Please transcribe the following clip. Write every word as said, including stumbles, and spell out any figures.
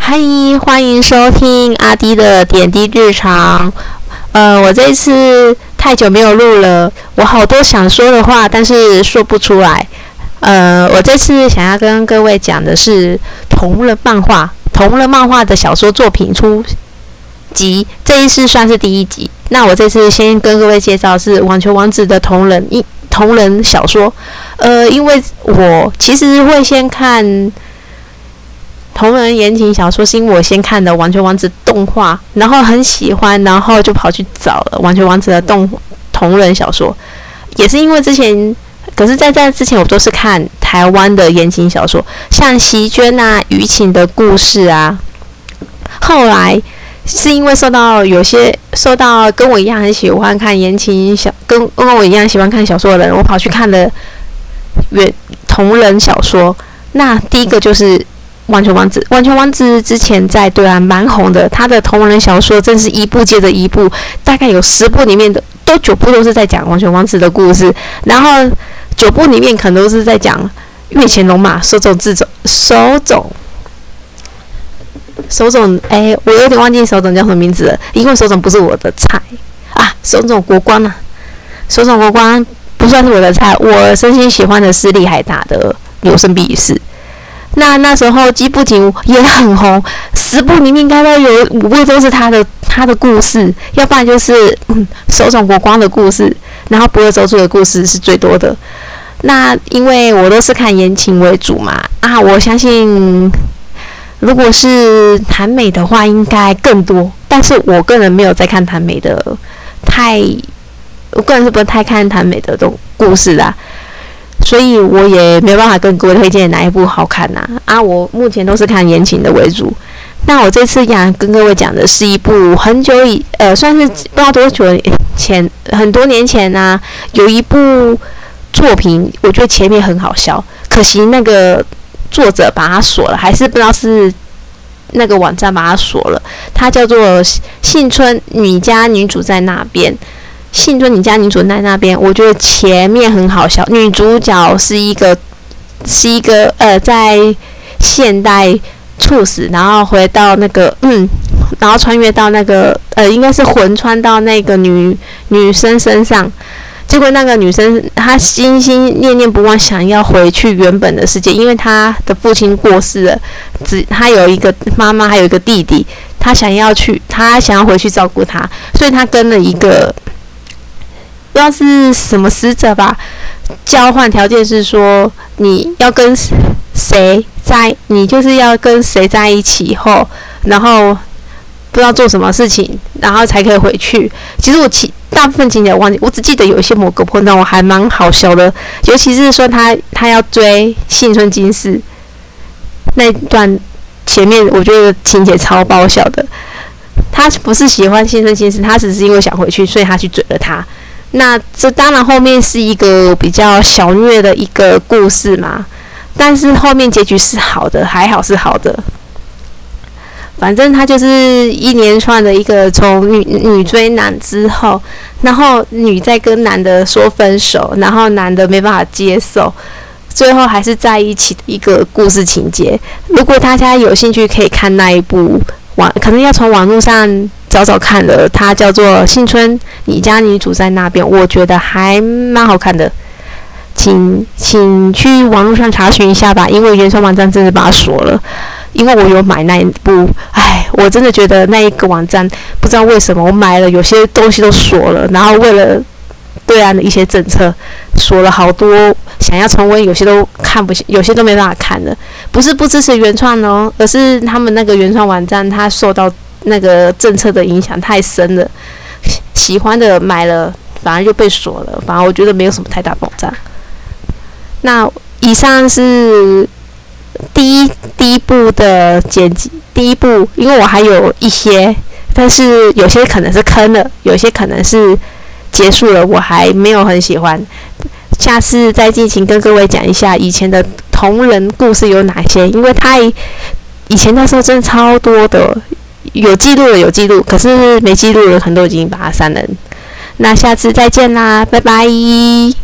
嗨，欢迎收听阿迪的点滴日常。呃，我这一次太久没有录了，我好多想说的话，但是说不出来。呃，我这次想要跟各位讲的是同人漫画，同人漫画的小说作品出集，这一次算是第一集。那我这次先跟各位介绍是网球王子的同人一同人小说。呃，因为我其实会先看同人言情小说，是因为我先看的《网球王子》动画，然后很喜欢，然后就跑去找了《网球王子》的动同人小说。也是因为之前，可是在这之前我都是看台湾的言情小说，像席娟啊、于晴的故事啊。后来是因为受到有些受到跟我一样很喜欢看言情小，跟跟我一样喜欢看小说的人，我跑去看了原同人小说。那第一个就是网球王子，网球王子之前在对岸蛮红的，他的同人小说真是一部接着一部，大概有十部里面的都九部都是在讲网球王子的故事，然后九部里面可能都是在讲月前龙马、手冢治虫、手冢、手冢，哎，我有点忘记手冢叫什么名字了，因为手冢不是我的菜啊，手冢国光啊，手冢国光不算是我的菜，我真心喜欢的是厉海达的有生必死。那那时候基部景也很红，十部里面应该都有五部都是他的他的故事，要不然就是嗯手冢国光的故事，然后不二周助的故事是最多的。那因为我都是看言情为主嘛，啊，我相信如果是台美的话应该更多，但是我个人没有在看台美的，太我个人是不太看台美的东故事啦。所以我也没办法跟各位推荐哪一部好看呐、啊。啊，我目前都是看言情的为主。那我这次想跟各位讲的是一部很久以呃，算是不知道多久前，很多年前呐、啊，有一部作品，我觉得前面很好笑，可惜那个作者把它锁了，还是不知道是那个网站把它锁了。它叫做《幸村女家女主在那边》。幸村你家女主在那边，我觉得前面很好笑。女主角是一个是一个呃，在现代猝死，然后回到那个嗯，然后穿越到那个呃，应该是魂穿到那个女女生身上。结果那个女生她心心念念不忘想要回去原本的世界，因为她的父亲过世了，只她有一个妈妈，还有一个弟弟，她想要去，她想要回去照顾他，所以她跟了一个。不知道是什么使者吧，交换条件是说你要跟谁在，你就是要跟谁在一起以后，然后不知道做什么事情，然后才可以回去。其实我其大部分情节忘记，我只记得有一些某个碰到我还蛮好笑的，尤其是说他他要追幸村金世那段前面，我觉得情节超爆笑的。他不是喜欢幸村金世，他只是因为想回去，所以他去追了他。那这当然后面是一个比较小虐的一个故事嘛，但是后面结局是好的，还好是好的。反正他就是一连串的一个从女女追男之后，然后女在跟男的说分手，然后男的没办法接受，最后还是在一起的一个故事情节。如果大家有兴趣，可以看那一部网，可能要从网络上找找看的，它叫做《幸村你家女主在那边》，我觉得还蛮好看的，请请去网络上查询一下吧，因为原创网站真的把它锁了，因为我有买那一部，哎，我真的觉得那一个网站不知道为什么我买了，有些东西都锁了，然后为了对岸的一些政策，锁了好多，想要重温，有些都看不，有些都没办法看了，不是不支持原创哦，而是他们那个原创网站它受到那个政策的影响太深了，喜欢的买了反而就被锁了，反而我觉得没有什么太大保障。那以上是第一第一部的剪辑，第一部，因为我还有一些，但是有些可能是坑了，有些可能是结束了，我还没有很喜欢。下次再进行跟各位讲一下以前的同人故事有哪些，因为他以前那时候真的超多的。有记录的有记录，可是没记录的可能都已经把它删了。那下次再见啦，拜拜。